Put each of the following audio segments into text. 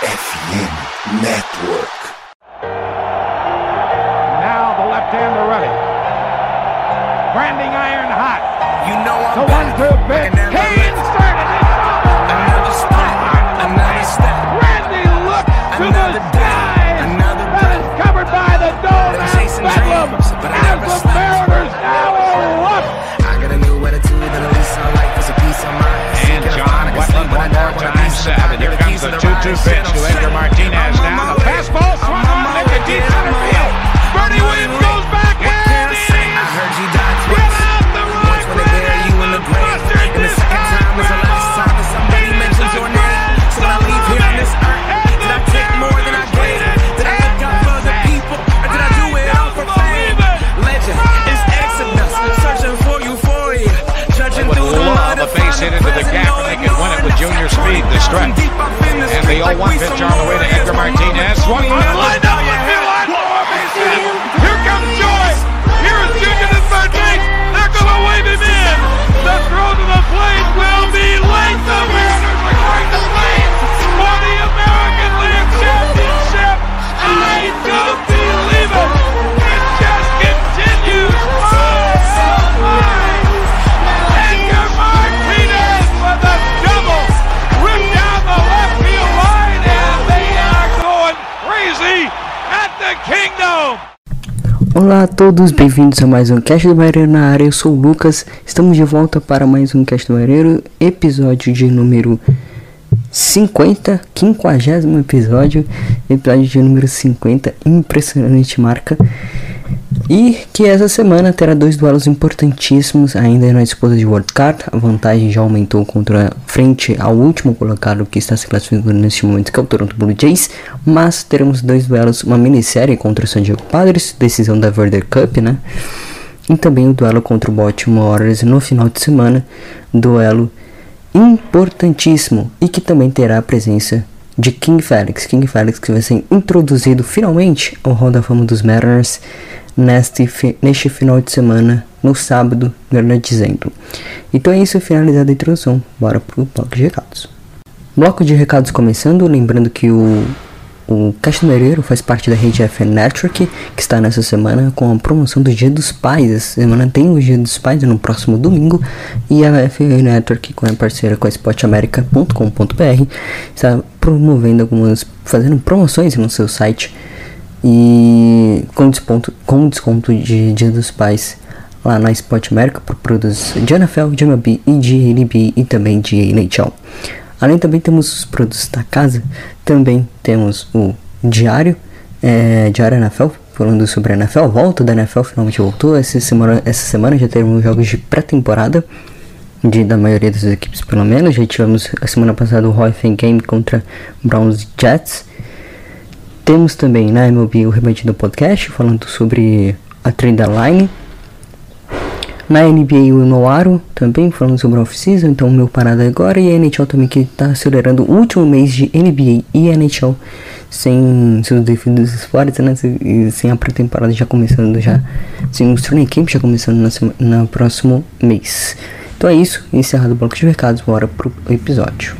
FM Network. Now the left-hander ready. Branding iron hot. You know I'm The back. 1-2 pitch. Kane started it. Another step, another step. Randy looks to the Another day, skies. another That is breath. covered by the dome Been and chasing bedlam dreams, but I as never the slept. Mariners now erupt. I got a new attitude and a lease on life is a piece of mind. And John Wetland one more time set. And here comes the 2-2 pitch to Edgar Martinez now. The fastball swung on, make a deep center field. Bernie Williams goes back and I heard you died get twice. out the Once right when they bury you in the grave, and the second time was the last time that somebody mentions your name. So when I leave here on this earth, did I take more than I gave? Did I look out for the people, or did I do it all for fame? Legend is Exodus, searching for euphoria, judging through the mud The to base hit find the into the present, gap, and they can win it with junior speed, the stretch. And the 0-1 pitch on the way to Edgar Martinez. Swung on the line down the field line. Here comes Joy. Here is Junior to third base. They're going to wave him in. The throw to the plate will be late. The Mariners are going to play for the American League Championship. I don't believe it. It just continues. Oh my. Edgar Martinez with a double. Ripped down the left field line, and they are going crazy at the Kingdom. Olá a todos, bem-vindos a mais um Cast do Baianeiro na área, eu sou o Lucas, estamos de volta para mais um Cast do Baianeiro, episódio de número 50, 50º episódio de número 50, impressionante marca, e que essa semana terá dois duelos importantíssimos ainda na disputa de World Card. A vantagem já aumentou frente ao último colocado que está se classificando neste momento, que é o Toronto Blue Jays, mas teremos dois duelos, uma minissérie contra o San Diego Padres, decisão da Verder Cup, né? E também o duelo contra o Baltimore Orioles no final de semana, duelo importantíssimo e que também terá a presença de King Felix que vai ser introduzido finalmente ao Hall da Fama dos Mariners neste final de semana, no sábado, melhor dizendo. Então é isso, finalizada a introdução, bora pro bloco de recados. Bloco de recados começando, lembrando que o Cast do Baianeiro faz parte da rede FM Network, que está nessa semana com a promoção do Dia dos Pais. Essa semana tem o Dia dos Pais no próximo domingo, e a FM Network, com a parceira com a sportamerica.com.br, está fazendo promoções no seu site e com desconto de Dia dos Pais lá na Sport America por produtos de NFL, de MLB e de NBA e também de NHL. Além também temos os produtos da casa, também temos o Diário NFL, falando sobre a NFL, a volta da NFL finalmente voltou. Essa semana já teremos jogos de pré-temporada, da maioria das equipes pelo menos. Já tivemos a semana passada o Hall of Fame Game contra Browns e Jets. Temos também na MLB o Rebatido Podcast, falando sobre a trade deadline. Na NBA o Noaro também falando sobre a off-season, então o meu parada agora, e a NHL também, que está acelerando o último mês de NBA e NHL sem seus devidos esportes, né, e sem a pré-temporada já começando, sem o training camp já começando no próximo mês. Então é isso, encerrado o bloco de recados, bora pro episódio.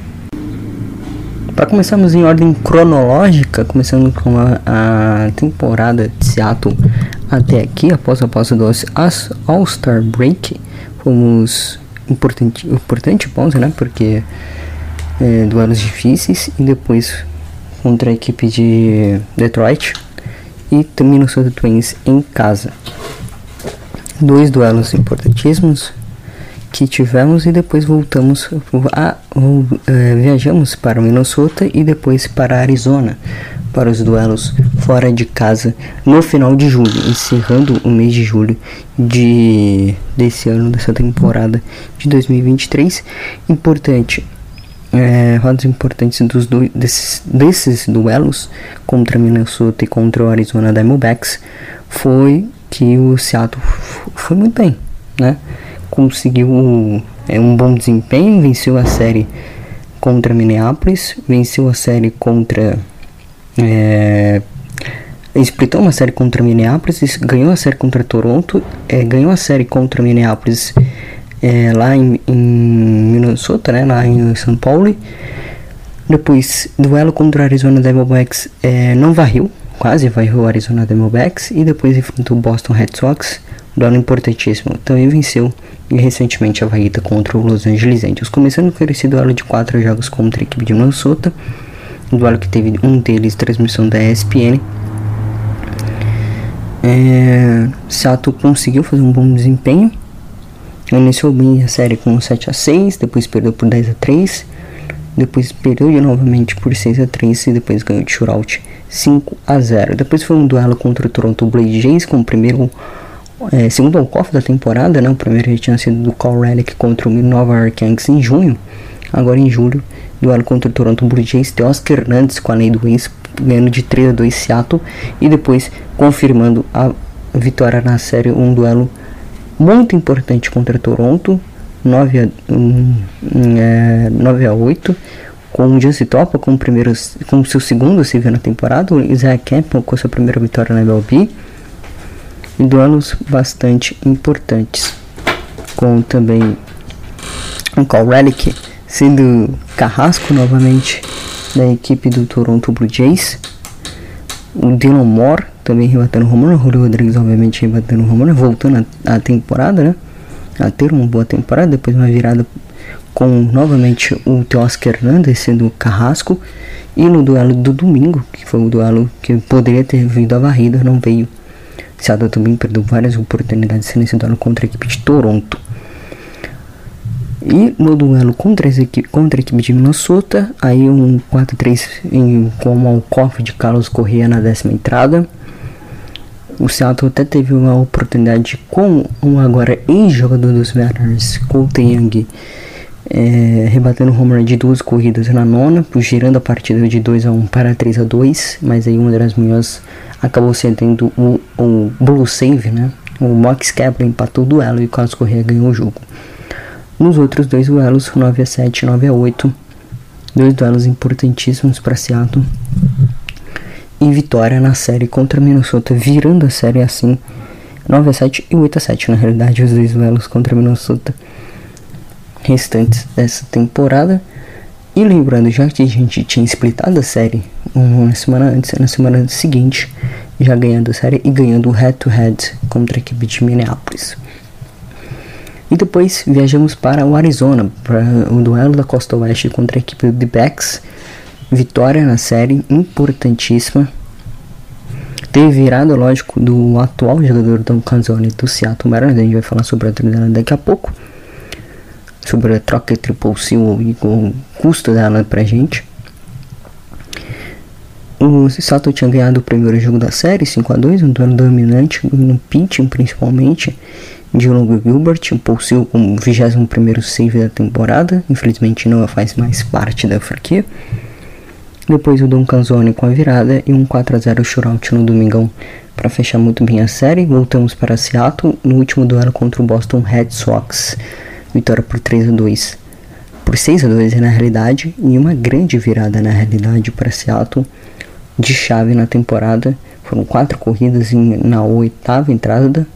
Para começarmos em ordem cronológica, começando com a temporada de Seattle até aqui, após a pausa do All-Star Break, fomos importante pausa, né, porque duelos difíceis, e depois contra a equipe de Detroit e Minnesota Twins em casa. Dois duelos importantíssimos que tivemos, e depois viajamos para Minnesota e depois para Arizona para os duelos fora de casa no final de julho, encerrando o mês de julho desse ano, dessa temporada de 2023. Rodas importantes desses duelos contra Minnesota e contra o Arizona Diamondbacks foi que o Seattle foi muito bem, né? Conseguiu um bom desempenho, venceu a série contra Minneapolis, venceu a série contra splitou uma série contra Minneapolis, ganhou a série contra Toronto, ganhou a série contra Minneapolis lá em Minnesota, né, lá em São Paulo, Depois, duelo contra o Arizona Diamondbacks, não varreu, quase varreu o Arizona Diamondbacks, e depois enfrentou o Boston Red Sox, duelo importantíssimo, também venceu, e recentemente a varrida contra o Los Angeles Angels, começando com esse duelo de 4 jogos contra a equipe de Minnesota, um duelo que teve um deles transmissão da ESPN. Seattle conseguiu fazer um bom desempenho, iniciou bem a série com 7-6, depois perdeu por 10-3, depois perdeu novamente por 6-3 e depois ganhou de shootout 5-0. Depois foi um duelo contra o Toronto Blue Jays com o primeiro, segundo walk-off da temporada, né? O primeiro já tinha sido do Cal Raleigh contra o Nova York Yankees em junho. Agora em julho, duelo contra o Toronto Blue Jays, Teoscar Hernandez com a lei do ex, ganhando de 3-2 Seattle e depois confirmando a vitória na série, um duelo muito importante contra Toronto, 9-8, com o Jansen Topa com seu segundo save na temporada, o Isaiah Campbell com sua primeira vitória na MLB, e duelos bastante importantes, com também o Cal Raleigh sendo carrasco novamente da equipe do Toronto Blue Jays, o Dylan Moore também rebatendo home run, o Julio Rodrigues obviamente rebatendo home run, voltando a temporada, né, a ter uma boa temporada, depois uma virada com novamente o Teoscar Hernandez sendo carrasco, e no duelo do domingo, que foi o duelo que poderia ter vindo a varrida, não veio. Seattle também perdeu várias oportunidades nesse duelo contra a equipe de Toronto. E no duelo contra a equipe de Minnesota, aí um 4-3 com o walk-off de Carlos Correa na 10ª entrada. O Seattle até teve uma oportunidade com um agora ex-jogador dos Mariners, Colton Young, rebatendo o home run de 2 corridas na 9ª, girando a partida de 2-1 para 3-2, mas aí uma das Munhoz acabou cedendo o Blue Save, né? O Mox Kepler empatou o duelo e o Carlos Correa ganhou o jogo. Nos outros dois duelos, 9-7 e 9-8, dois duelos importantíssimos para Seattle, e vitória na série contra Minnesota, virando a série assim, 9-7 e 8-7, na realidade, os dois duelos contra Minnesota restantes dessa temporada. E lembrando, já que a gente tinha splitado a série uma semana antes, na semana seguinte, já ganhando a série e ganhando o head-to-head contra a equipe de Minneapolis. E depois viajamos para o Arizona, para o duelo da Costa Oeste contra a equipe do D-Backs. Vitória na série, importantíssima. Teve virada, lógico, do atual jogador Don Canzone do Seattle Mariners. A gente vai falar sobre a treinadora daqui a pouco, sobre a troca entre Paul Sewell e o custo dela pra gente. O Seattle tinha ganhado o primeiro jogo da série, 5-2, um duelo dominante no pitching principalmente, de Logan Gilbert, o Paul Sewell como 21º save da temporada, infelizmente não faz mais parte da franquia. Depois o Don Canzone com a virada e um 4-0 shootout no domingão para fechar muito bem a série. Voltamos para Seattle no último duelo contra o Boston Red Sox, vitória por 3-2, por 6-2 na realidade, e uma grande virada na realidade para Seattle, de chave na temporada. Foram 4 corridas na 8ª entrada.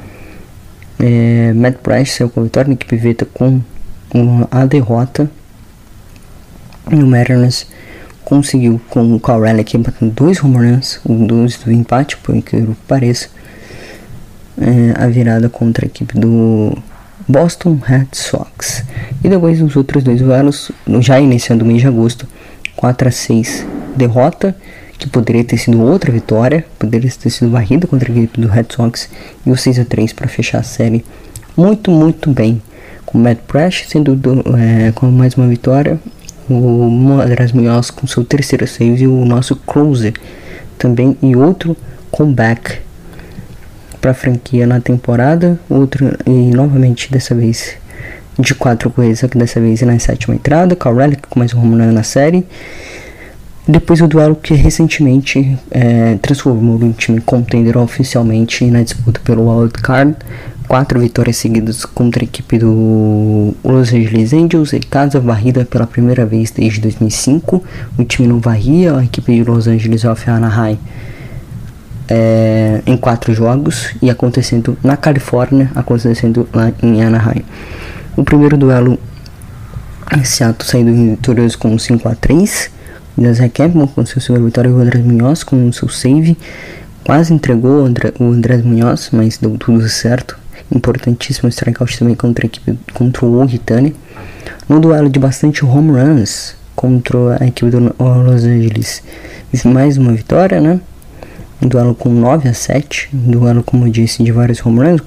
Matt Brash saiu com a vitória na equipe Veta com a derrota, e o Mariners conseguiu com o Cal Raleigh batendo 2 home runs, 2 do empate, por incrível que pareça, a virada contra a equipe do Boston Red Sox. E depois os outros dois duelos, já iniciando o mês de agosto, 4-6 derrota, que poderia ter sido outra vitória, poderia ter sido varrida contra a equipe do Red Sox, e o 6-3 para fechar a série muito, muito bem, com o Matt Brash sendo com mais uma vitória, o Madras Munhoz com seu 3º save, e o nosso closer também, e outro comeback para a franquia na temporada, outro, e novamente dessa vez de 4 corridas, só que dessa vez na 7ª entrada, Cal Raleigh com mais um home run na série. Depois o duelo que recentemente transformou o time contender oficialmente na disputa pelo Wild Card, 4 vitórias seguidas contra a equipe do Los Angeles Angels, e casa varrida pela primeira vez desde 2005, o time não varria a equipe de Los Angeles of Anaheim em 4 jogos, e acontecendo na Califórnia, acontecendo lá em Anaheim. O primeiro duelo Seattle saindo vitorioso com 5-3. Zach Campbell com sua segunda vitória e o Andrés Munhoz com o seu save. Quase entregou o Andrés Munhoz, mas deu tudo certo. Importantíssimo strikeout também contra o Ohtani. No duelo de bastante home runs contra a equipe do Los Angeles, mais uma vitória, né? Um duelo com 9-7. Um duelo, como eu disse, de vários home runs.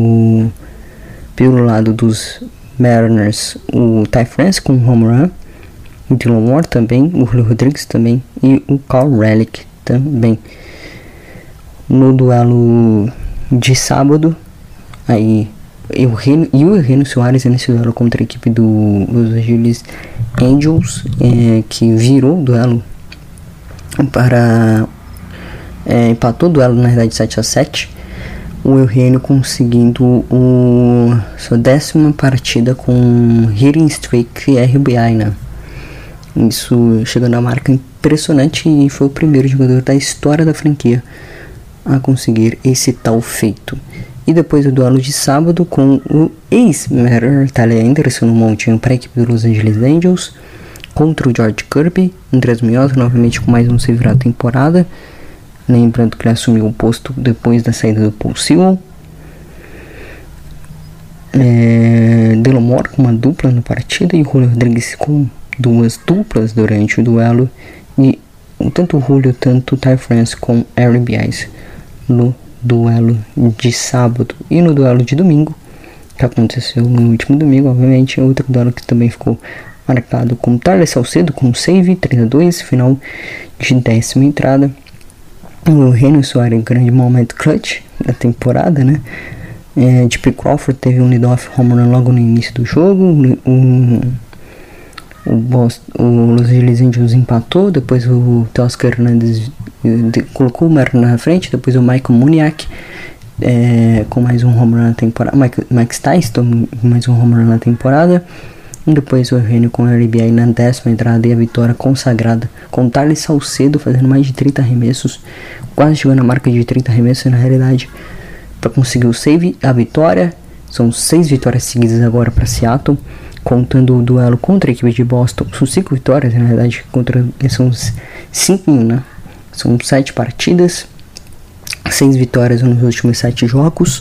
Pelo lado dos Mariners, o Ty France com um home run. O Dylan Moore também. O Julio Rodrigues também. E o Cal Raleigh também. No duelo de sábado, aí o Eugenio Suárez nesse duelo contra a equipe do Los Angeles Angels, que virou o duelo para empatou o duelo na verdade 7-7. O Eugenio conseguindo sua 10ª partida com hitting streak e RBI, né? Isso chegando a marca impressionante, e foi o primeiro jogador da história da franquia a conseguir esse tal feito. E depois do duelo de sábado com o ex-Mariner Tyler Anderson no montinho para a equipe do Los Angeles Angels contra o George Kirby. Andrés Munhoz novamente com mais um save na temporada, lembrando que ele assumiu o posto depois da saída do Paul Sewell. Dylan Moore com uma dupla na partida e o Julio Rodrigues com 2 duplas durante o duelo, e tanto o Julio tanto o Ty France com RBIs no duelo de sábado. E no duelo de domingo, que aconteceu no último domingo, obviamente, outro duelo que também ficou marcado com Tyler Saucedo com save 3-2, final de 10ª entrada. O Eugenio Suárez, grande momento clutch da temporada, né? J.P. Crawford teve um lead-off home run logo no início do jogo. O Los Angeles Angels empatou, depois o Teoscar Hernandez colocou o Marino na frente, depois o Michael Muniak com mais um home run na temporada, Mike Stice mais um home run na temporada, e depois o Eugenio com a RBI na 10ª entrada e a vitória consagrada com Tyler Saucedo fazendo mais de 30 arremessos, quase chegando a marca de 30 arremessos na realidade, para conseguir o save, a vitória. São 6 vitórias seguidas agora para Seattle, contando o duelo contra a equipe de Boston. São 5 vitórias, na verdade, são 5, né? São 7 partidas, 6 vitórias nos últimos 7 jogos.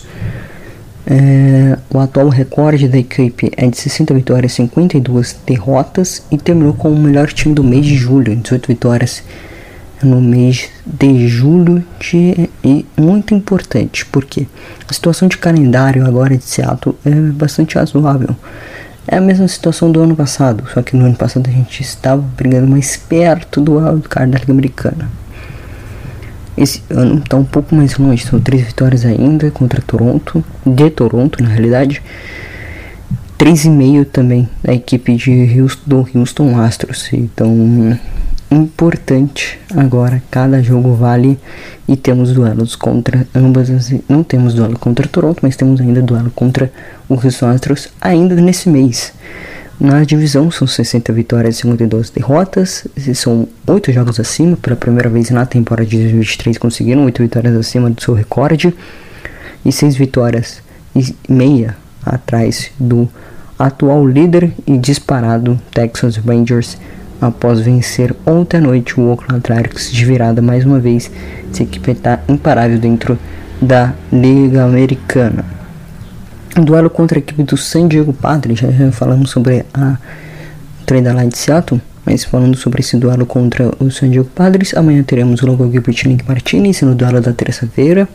O atual recorde da equipe é de 60 vitórias, 52 derrotas, e terminou com o melhor time do mês de julho, 18 vitórias no mês de julho, e muito importante, porque a situação de calendário agora de Seattle é bastante razoável. É a mesma situação do ano passado, só que no ano passado a gente estava brigando mais perto do wildcard da Liga Americana. Esse ano está um pouco mais longe, são 3 vitórias ainda contra Toronto, na realidade. 3,5 também da equipe do Houston Astros. Então, importante agora, cada jogo vale, e temos duelos contra ambas não temos duelo contra Toronto, mas temos ainda duelo contra o Houston Astros ainda nesse mês. Na divisão são 60 vitórias e 52 derrotas, são 8 jogos acima, pela primeira vez na temporada de 2023 conseguiram 8 vitórias acima do seu recorde, e 6 vitórias e meia atrás do atual líder e disparado Texas Rangers, após vencer ontem à noite o Oakland Athletics de virada mais uma vez. Essa equipe está imparável dentro da Liga Americana. Duelo contra a equipe do San Diego Padres, já falamos sobre a trade line de Seattle, mas falando sobre esse duelo contra o San Diego Padres, amanhã teremos o Logan Gilbert e Nick Martinez no duelo da terça-feira.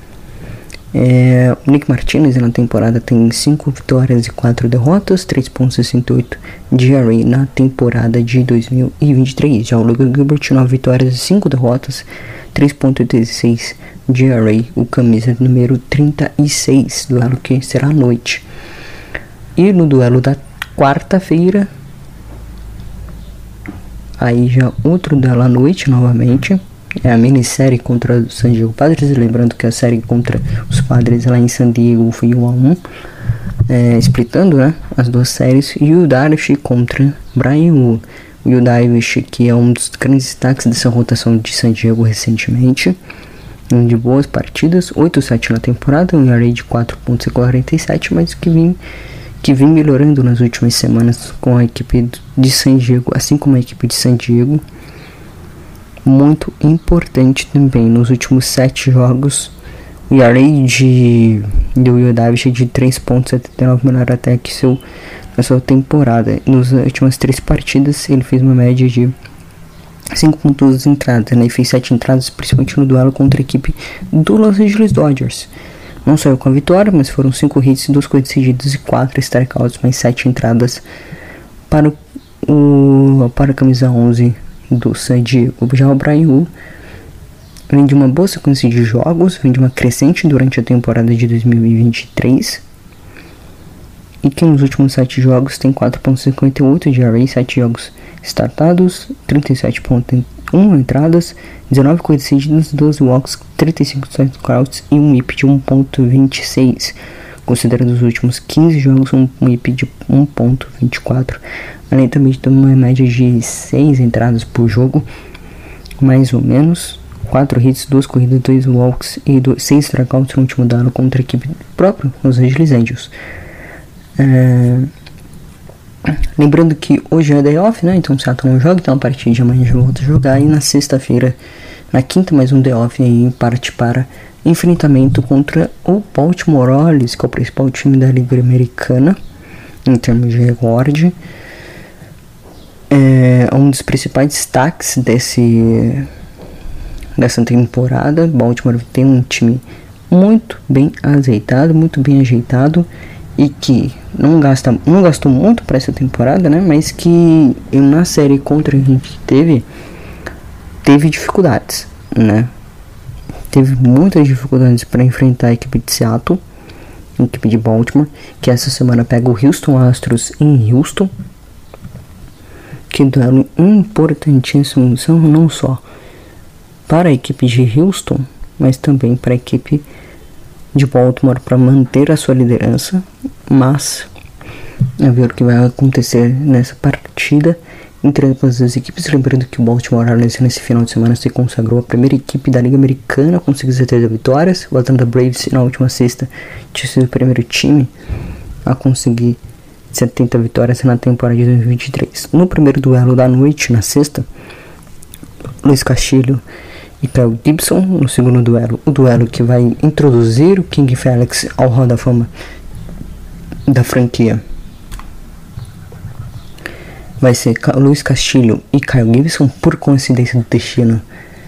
O Nick Martinez na temporada tem 5 vitórias e 4 derrotas, 3.68 de ERA na temporada de 2023. Já o Logan Gilbert, 9 vitórias e 5 derrotas, 3.86 de ERA, o camisa número 36, duelo que será à noite. E no duelo da quarta-feira, aí já outro duelo à noite novamente. É a minissérie contra o San Diego Padres, lembrando que a série contra os Padres lá em San Diego foi 1-1, splitando, né, as duas séries. E o Darvish contra Bryan Woo. O Darvish, que é um dos grandes destaques dessa rotação de San Diego recentemente, de boas partidas, 8-7 na temporada, um ERA de 4.47, mas que vem que vem melhorando nas últimas semanas com a equipe de San Diego, assim como a equipe de San Diego. Muito importante também nos últimos 7 jogos. O ERA do Will Davis de 3.79, melhor até que na sua temporada. Nas últimas 3 partidas ele fez uma média de 5.2 entradas, né? E fez 7 entradas, principalmente no duelo contra a equipe do Los Angeles Dodgers. Não saiu com a vitória, mas foram 5 hits, 2 corridas seguidas e 4 strikeouts, mais 7 entradas para a camisa 11 do San Diego. Já o Bryan Woo vem de uma boa sequência de jogos, vem de uma crescente durante a temporada de 2023, e que nos últimos 7 jogos tem 4.58 de ERA, 7 jogos startados, 37.1 entradas, 19 corridas seguidas, 12 walks, 35 strikeouts e um whip de 1.26, considerando os últimos 15 jogos um whip de 1.24, além também de ter uma média de 6 entradas por jogo, mais ou menos, 4 hits, 2 corridas, 2 walks e 6 strikeouts no último duelo contra a equipe própria, os Angeles Angels. Lembrando que hoje é day off, né? Então o Seattle não joga, então a partir de amanhã já volta a jogar. E na sexta-feira, na quinta, mais um day off, aí parte para enfrentamento contra o Baltimore Orioles, que é o principal time da Liga Americana em termos de recorde. É um dos principais destaques dessa temporada. Baltimore tem um time muito bem azeitado, muito bem ajeitado, e que não gastou muito para essa temporada, né? Mas que na série contra a gente teve dificuldades, né? Teve muitas dificuldades para enfrentar a equipe de Seattle, a equipe de Baltimore, que essa semana pega o Houston Astros em Houston, que duelo importantíssimo, não só para a equipe de Houston, mas também para a equipe de Baltimore para manter a sua liderança. Mas a ver o que vai acontecer nessa partida entre ambas as equipes. Lembrando que o Baltimore Orioles nesse final de semana se consagrou a primeira equipe da Liga Americana a conseguir 70 vitórias. O Atlanta Braves na última sexta tinha sido o primeiro time a conseguir 70 vitórias na temporada de 2023. No primeiro duelo da noite, na sexta, Luiz Castillo e Kyle Gibson. No segundo duelo, o duelo que vai introduzir o King Felix ao Hall da Fama da franquia, vai ser Luiz Castillo e Kyle Gibson, por coincidência do destino.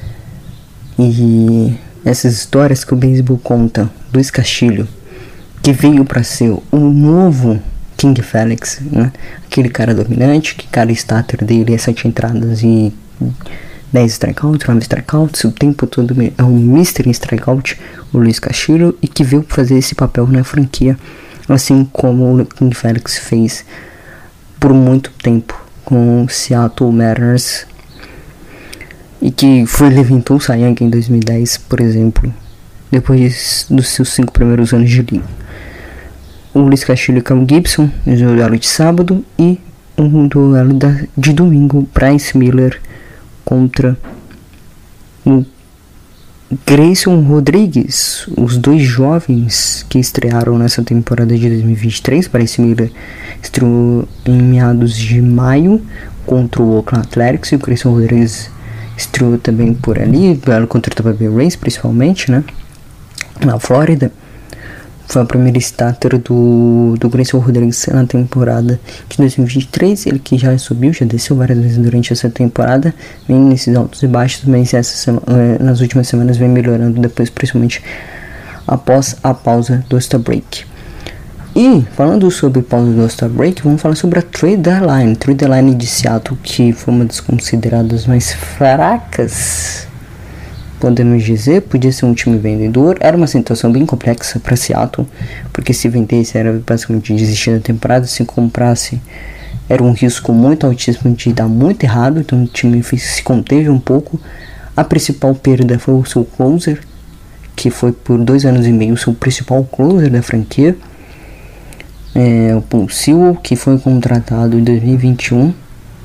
E essas histórias que o beisebol conta, Luiz Castillo, que veio para ser o novo King Felix, né? Aquele cara dominante, que cada starter dele é 7 entradas e 10 strikeouts, 9 strikeouts, o tempo todo é um Mr. Strikeout, o Luiz Castillo, e que veio fazer esse papel na franquia, assim como o King Felix fez por muito tempo com o Seattle Mariners, e que levantou o Cy Young em 2010, por exemplo, depois dos seus 5 primeiros anos de liga. O Luiz Castillo e Kyle Gibson no duelo de sábado, e um duelo de domingo, Bryce Miller contra o Grayson Rodrigues, os dois jovens que estrearam nessa temporada de 2023. Bryce Miller estreou em meados de maio contra o Oakland Athletics, e o Grayson Rodrigues estreou também por ali, contra o Tampa Bay Rays, principalmente, né, na Flórida. Foi a primeira starter do Grayson Rodrigues na temporada de 2023. Ele que já subiu, já desceu várias vezes durante essa temporada, vem nesses altos e baixos, mas nas últimas semanas vem melhorando depois, principalmente após a pausa do All-Star Break. E falando sobre pausa do All-Star Break, vamos falar sobre a Trade Deadline de Seattle, que foi uma das consideradas mais fracas, podemos dizer. Podia ser um time vendedor, era uma situação bem complexa para Seattle, porque se vendesse era basicamente desistir da temporada, se comprasse era um risco muito altíssimo de dar muito errado, então o time se conteve um pouco. A principal perda foi o seu closer, que foi por 2 anos e meio o seu principal closer da franquia, o Paul Sewell, que foi contratado em 2021,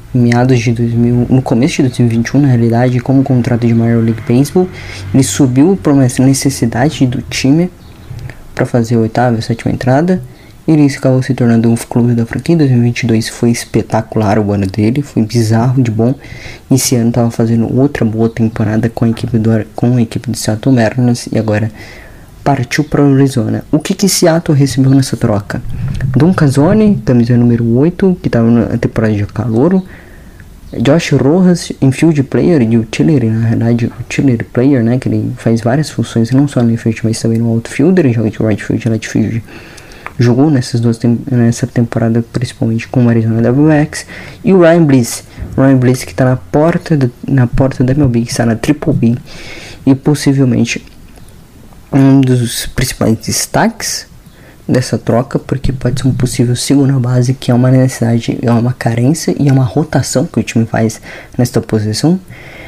no começo de 2021, na realidade, como contrato de Major League Baseball. Ele subiu por uma necessidade do time para fazer a 8ª e 7ª entrada, Ele acabou se tornando um clube da franquia. Em 2022 foi espetacular o ano dele, foi bizarro de bom. Esse ano estava fazendo outra boa temporada com a equipe de Seattle Mariners e agora partiu para o Arizona. O que Seattle recebeu nessa troca? Don Casoni, camisa número 8, que estava na temporada de calouro. Josh Rojas, infield player e utility, na verdade utility player, né, que ele faz várias funções, não só no infield, mas também no outfield. Ele joga de right field e left field. Jogou nessa temporada principalmente com o Arizona Diamondbacks. E o Ryan Bliss que está na porta da MLB, que está na Triple B, e possivelmente um dos principais destaques dessa troca, porque pode ser um possível segunda base, que é uma necessidade, é uma carência e é uma rotação que o time faz nesta posição.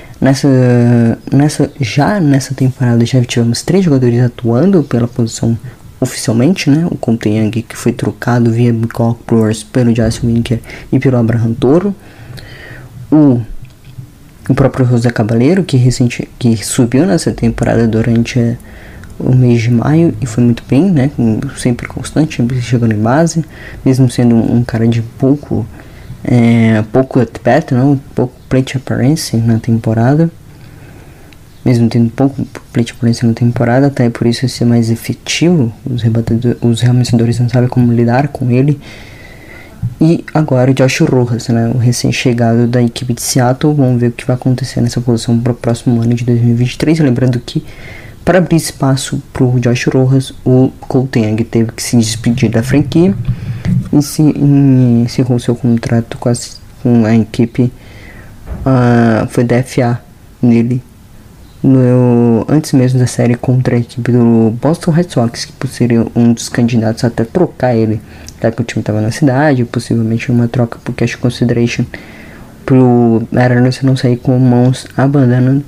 Nessa temporada já tivemos 3 jogadores atuando pela posição oficialmente, né? O Conte Young, que foi trocado via Milwaukee Brewers pelo Jesse Winker e pelo Abraham Toro. O próprio José Caballero, que subiu nessa temporada durante o mês de maio e foi muito bem, né? Sempre constante, sempre chegando em base, mesmo sendo um cara de pouco at-bat, não, pouco plate appearance na temporada. Mesmo tendo pouco plate appearance na temporada, até por isso ser mais efetivo. Os arremessadores não sabem como lidar com ele. E agora o Josh Rojas, né, o recém-chegado da equipe de Seattle. Vamos ver o que vai acontecer nessa posição para o próximo ano de 2023. Lembrando que, para abrir espaço para o Josh Rojas, o Conte Young teve que se despedir da franquia e encerrou seu contrato com a equipe. Foi DFA nele antes mesmo da série contra a equipe do Boston Red Sox, que seria um dos candidatos a até trocar ele, já que o time estava na cidade, possivelmente uma troca por cash consideration, pro Mariners não sair com mãos abandonando.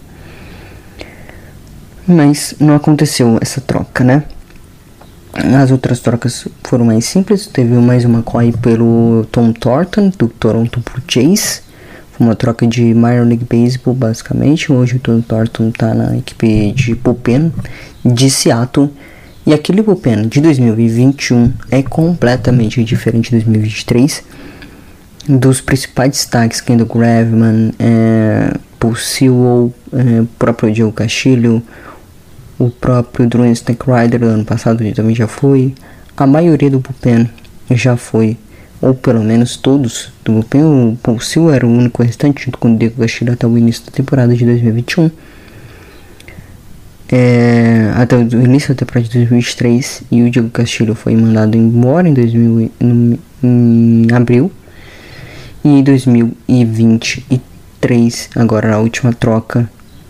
Mas não aconteceu essa troca, né? As outras trocas foram mais simples. Teve mais uma McCoy pelo Tom Thornton do Toronto Blue Jays. Foi uma troca de Minor League Baseball, basicamente. Hoje o Tom Thornton está na equipe de bullpen de Seattle. E aquele bullpen de 2021 é completamente diferente de 2023. Dos principais destaques, Kendall Graveman, Paul Sewell, o próprio Joe Castillo, o próprio Drew Stackrider do ano passado também já foi. A maioria do bullpen já foi, ou pelo menos todos do bullpen. O Paul Sewell era o único restante, junto com o Diego Castillo, até o início da temporada de 2021. Até o início da temporada de 2023. E o Diego Castillo foi mandado embora em abril. E em 2023, agora a última troca,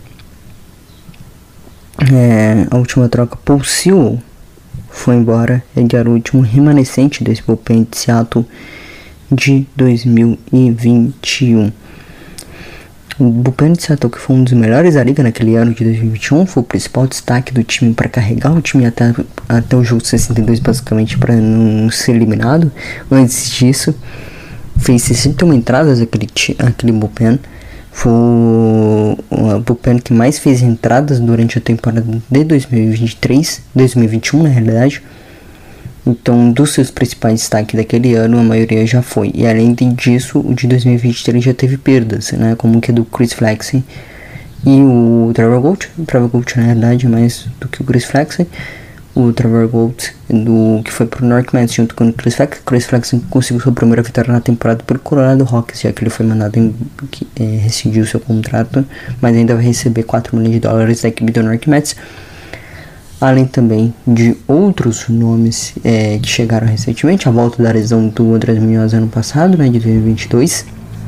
Paul Sewell foi embora. Ele era o último remanescente desse bullpen de Seattle de 2021. O bullpen de Seattle, que foi um dos melhores da liga naquele ano de 2021, foi o principal destaque do time para carregar o time até o jogo 62, basicamente, para não ser eliminado. Antes disso, fez 61 entradas aquele bullpen. Foi o bullpen que mais fez entradas durante a temporada de 2021 na realidade. Então, dos seus principais destaques daquele ano, a maioria já foi. E além disso, o de 2023 já teve perdas, né? Como o que é do Chris Flexen e o Trevor Gould. O Trevor Gould, na realidade, mais do que o Chris Flexen. O Trevor Gould, que foi pro New York Mets junto com o Chris Flexen. Chris Flexen conseguiu sua primeira vitória na temporada pelo Colorado Rockies, já que ele foi mandado rescindiu seu contrato, mas ainda vai receber $4 milhões da equipe do New York Mets. Além também de outros nomes que chegaram recentemente. A volta da lesão do Andrés Muñoz ano passado, né, de 2022.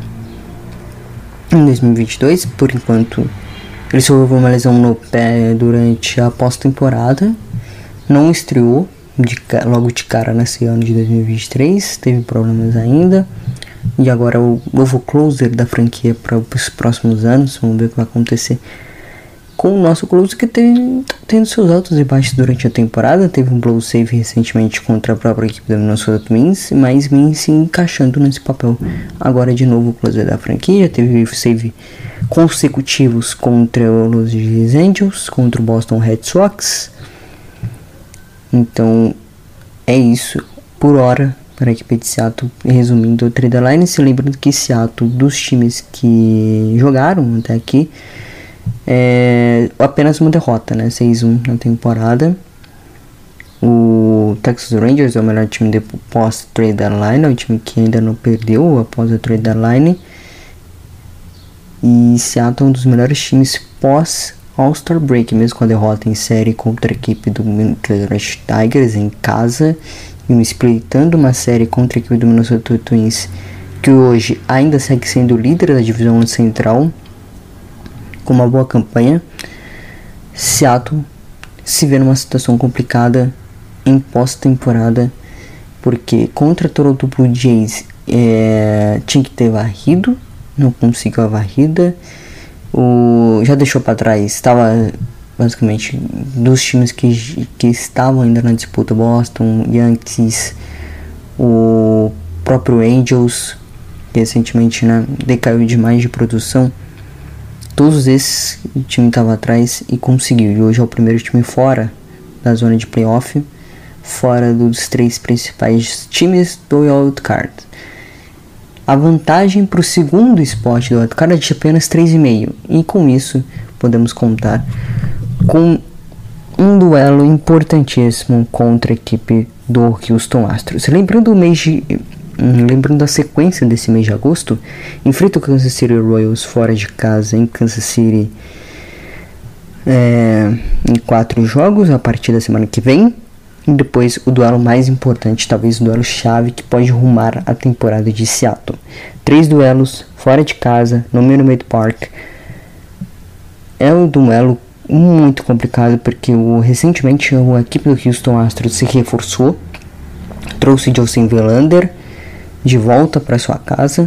Em 2022, por enquanto, ele sofreu uma lesão no pé durante a pós-temporada. Não estreou logo de cara nesse ano de 2023. Teve problemas ainda. E agora o novo closer da franquia para os próximos anos. Vamos ver o que vai acontecer com o nosso closer, que tendo seus altos e baixos durante a temporada. Teve um blow save recentemente contra a própria equipe do Minnesota Twins, mas vem se encaixando nesse papel. Agora de novo o closer da franquia. Teve save consecutivos contra os Los Angeles Angels, contra o Boston Red Sox. Então é isso. por hora para a equipe de Seattle. Resumindo o trade deadline, se lembrando que Seattle, dos times que jogaram até aqui, apenas uma derrota, né? 6-1 na temporada. O Texas Rangers é o melhor time de pós-trade deadline, é o time que ainda não perdeu após a trade deadline. E Seattle é um dos melhores times pós-All-Star Break, mesmo com a derrota em série contra a equipe do Minnesota Tigers em casa, e splitando uma série contra a equipe do Minnesota Twins, que hoje ainda segue sendo líder da divisão central, com uma boa campanha. Seattle se vê numa situação complicada em pós-temporada, porque contra Toronto Blue Jays tinha que ter varrido, não conseguiu a varrida, já deixou para trás, estava basicamente dos times que estavam ainda na disputa, Boston, Yankees, o próprio Angels, que recentemente, né, decaiu demais de produção. Todos esses o time estava atrás e conseguiu, e hoje é o primeiro time fora da zona de playoff, fora dos 3 principais times do Wild Card. A vantagem para o segundo spot do Wild Card é de apenas 3,5, e com isso podemos contar com um duelo importantíssimo contra a equipe do Houston Astros. Lembrando a sequência desse mês de agosto, enfrenta o Kansas City Royals fora de casa em Kansas City em 4 jogos a partir da semana que vem. E depois o duelo mais importante, talvez o duelo chave que pode rumar a temporada de Seattle. 3 duelos fora de casa no Minute Maid Park. É um duelo muito complicado porque recentemente a equipe do Houston Astros se reforçou, trouxe Justin Verlander de volta para sua casa.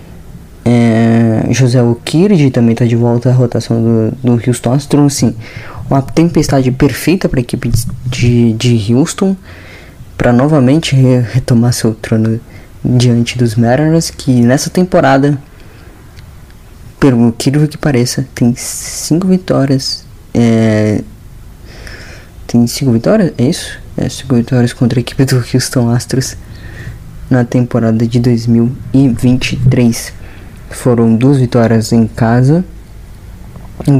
José Urquidy também está de volta à rotação do Houston Astros. Assim, uma tempestade perfeita para a equipe de Houston para novamente retomar seu trono diante dos Mariners, que nessa temporada, pelo incrível que pareça, tem 5 vitórias. Tem 5 vitórias? É isso? 5 vitórias contra a equipe do Houston Astros na temporada de 2023. Foram 2 vitórias em casa e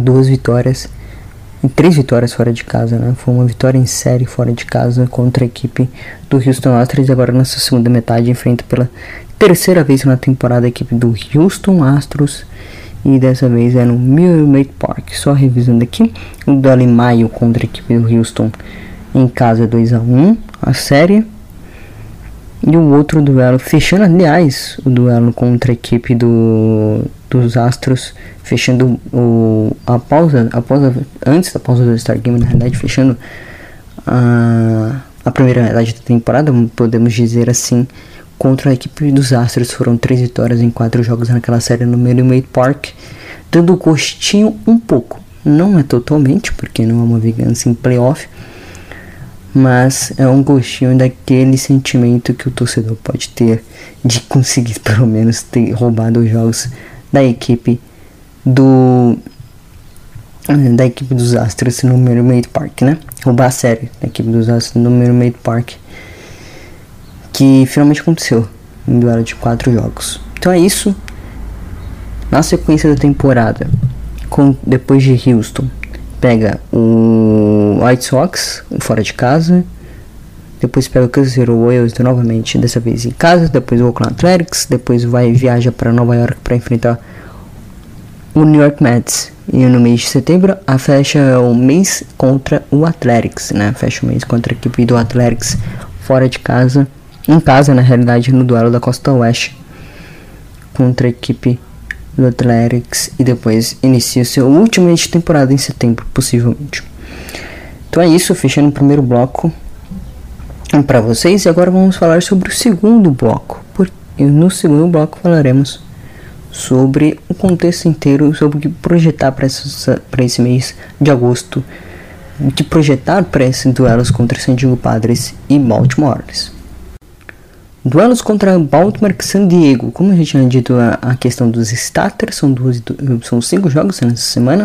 3 vitórias fora de casa, né? Foi uma vitória em série fora de casa contra a equipe do Houston Astros. E agora nessa segunda metade enfrenta pela terceira vez na temporada a equipe do Houston Astros, e dessa vez é no Minute Maid Park. Só revisando aqui, o duelo em maio contra a equipe do Houston em casa 2-1 a série. E o outro duelo, fechando, aliás, o duelo contra a equipe dos Astros, fechando antes da pausa do Star Game, na realidade, fechando a primeira metade da temporada, podemos dizer assim, contra a equipe dos Astros. Foram 3 vitórias em 4 jogos naquela série no Minute Maid Park, dando gostinho um pouco. Não é totalmente, porque não é uma vingança em playoff, mas é um gostinho daquele sentimento que o torcedor pode ter de conseguir pelo menos ter roubado os jogos da equipe dos Astros no Minute Maid Park, né? Roubar a série da equipe dos Astros no Minute Maid Park, que finalmente aconteceu em duelo de 4 jogos. Então é isso. Na sequência da temporada, depois de Houston, pega o White Sox fora de casa, depois pega o Kansas City Royals novamente, dessa vez em casa, depois o Oakland Athletics, depois viaja para Nova York para enfrentar o New York Mets. E no mês de setembro fecha o mês contra o Athletics, né? Fecha o mês contra a equipe do Athletics fora de casa, em casa na realidade, no duelo da Costa Oeste contra a equipe do Athletics, e depois inicia seu último mês de temporada em setembro, possivelmente. Então é isso, fechando o primeiro bloco para vocês, e agora vamos falar sobre o segundo bloco. No segundo bloco falaremos sobre o contexto inteiro, sobre o que projetar para esse mês de agosto, o que projetar para esses duelos contra San Diego Padres e Baltimore Orioles. Duelos contra Baltimore e San Diego. Como a gente tinha dito, a questão dos starters, são 5 jogos nessa semana.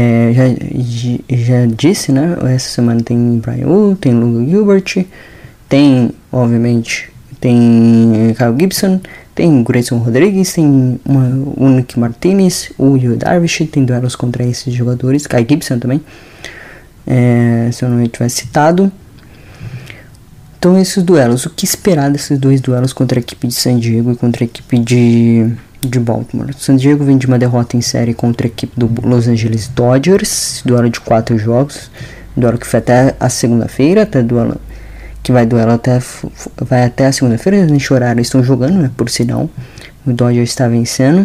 Já disse, né? Essa semana tem Brian Wood, tem Logan Gilbert, tem, obviamente, tem Kyle Gibson, tem Grayson Rodrigues, tem o Nick Martinez, o Yu Darvish, tem duelos contra esses jogadores, Kyle Gibson também, se eu não tivesse citado. Então esses duelos, o que esperar desses dois duelos contra a equipe de San Diego e contra a equipe de Baltimore? San Diego vem de uma derrota em série contra a equipe do Los Angeles Dodgers, duelo de 4 jogos, duelo que foi até a segunda-feira, vai até a segunda-feira, nesse horário eles estão jogando, né, por sinal, o Dodgers está vencendo.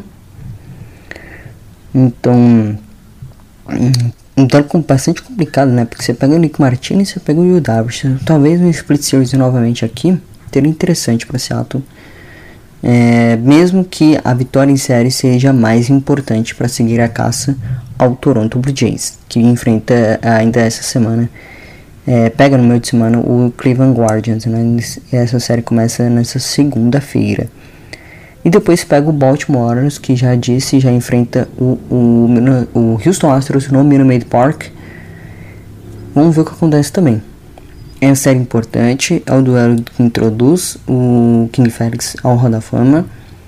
Então bastante complicado, né, porque você pega o Nick Martinez e você pega o Yu Darvish. Talvez um split series novamente aqui seria interessante para Seattle, mesmo que a vitória em série seja mais importante para seguir a caça ao Toronto Blue Jays, que enfrenta ainda essa semana, pega no meio de semana o Cleveland Guardians, né? Essa série começa nessa segunda-feira. E depois pega o Baltimore Orioles, que já enfrenta o Houston Astros no Minute Maid Park. Vamos ver o que acontece também. É uma série importante, é o duelo que introduz o King Felix ao Hall da Fama.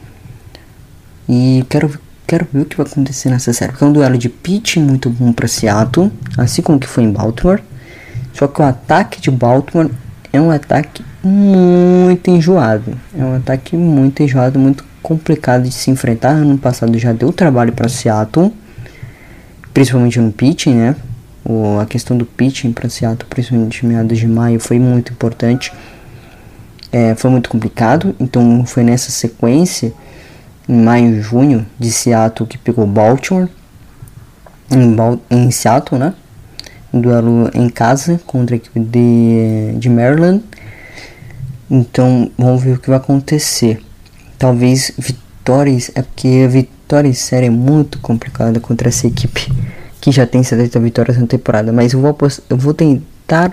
E quero ver o que vai acontecer nessa série, porque é um duelo de pitching muito bom para Seattle, assim como que foi em Baltimore. Só que o ataque de Baltimore é um ataque muito enjoado. Muito complicado de se enfrentar. Ano passado já deu trabalho para Seattle, principalmente no pitching, né? A questão do pitching para Seattle, principalmente em meados de maio, foi muito importante. Foi muito complicado. Então foi nessa sequência, em maio e junho, de Seattle, que pegou Baltimore em Seattle, né? Um duelo em casa contra a equipe de Maryland. Então vamos ver o que vai acontecer. Talvez vitórias, porque a vitória em série é muito complicada contra essa equipe que já tem 70 vitórias na temporada. Mas eu vou tentar,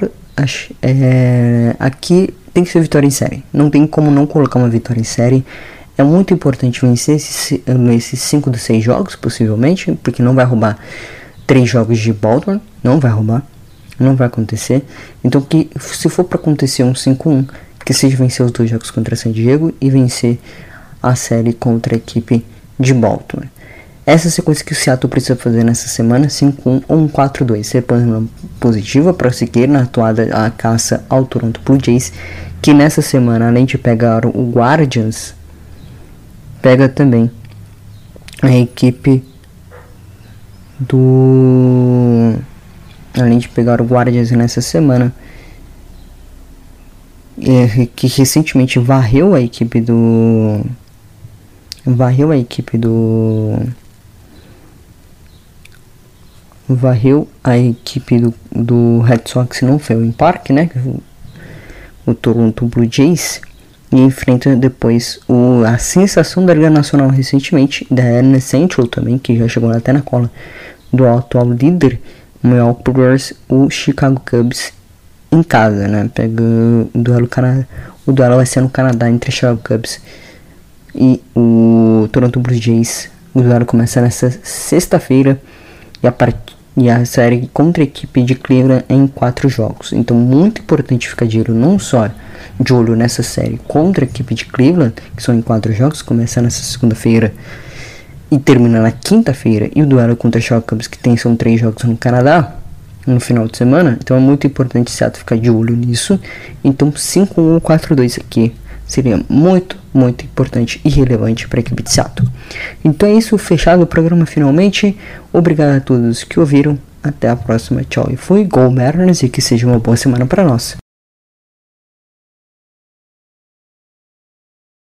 aqui tem que ser vitória em série. Não tem como não colocar uma vitória em série. É muito importante vencer esses 5 dos 6 jogos, possivelmente, porque não vai roubar 3 jogos de Baltimore, não vai acontecer. Então, que se for para acontecer um 5-1, que seja vencer os 2 jogos contra San Diego e vencer a série contra a equipe de Baltimore. Essa sequência que o Seattle precisa fazer nessa semana, 5-1 ou um 4-2, ser positiva para seguir na atuada a caça ao Toronto Blue Jays, que nessa semana, além de pegar o Guardians, pega também a equipe além de pegar o Guardians nessa semana, que recentemente varreu a equipe do Red Sox no Fenway Park, né? O Toronto Blue Jays, e enfrenta depois a sensação da Liga Nacional recentemente, da NL Central também, que já chegou até na cola do atual líder, o Milwaukee Brewers, o Chicago Cubs em casa, né? Pega o duelo vai ser no Canadá entre Chicago Cubs e o Toronto Blue Jays. O duelo começa nessa sexta-feira e a série contra a equipe de Cleveland é em 4 jogos. Então muito importante ficar de olho, não só de olho nessa série contra a equipe de Cleveland, que são em 4 jogos, começa nessa segunda-feira e termina na quinta-feira, e o duelo contra o Chicago Cubs, que são 3 jogos no Canadá no final de semana. Então é muito importante Seattle ficar de olho nisso. Então 5-1 ou 4-2 aqui seria muito, muito importante e relevante para a equipe de Seattle. Então é isso, fechado o programa finalmente. Obrigado a todos que ouviram. Até a próxima, tchau e fui. Go Mariners, e que seja uma boa semana para nós.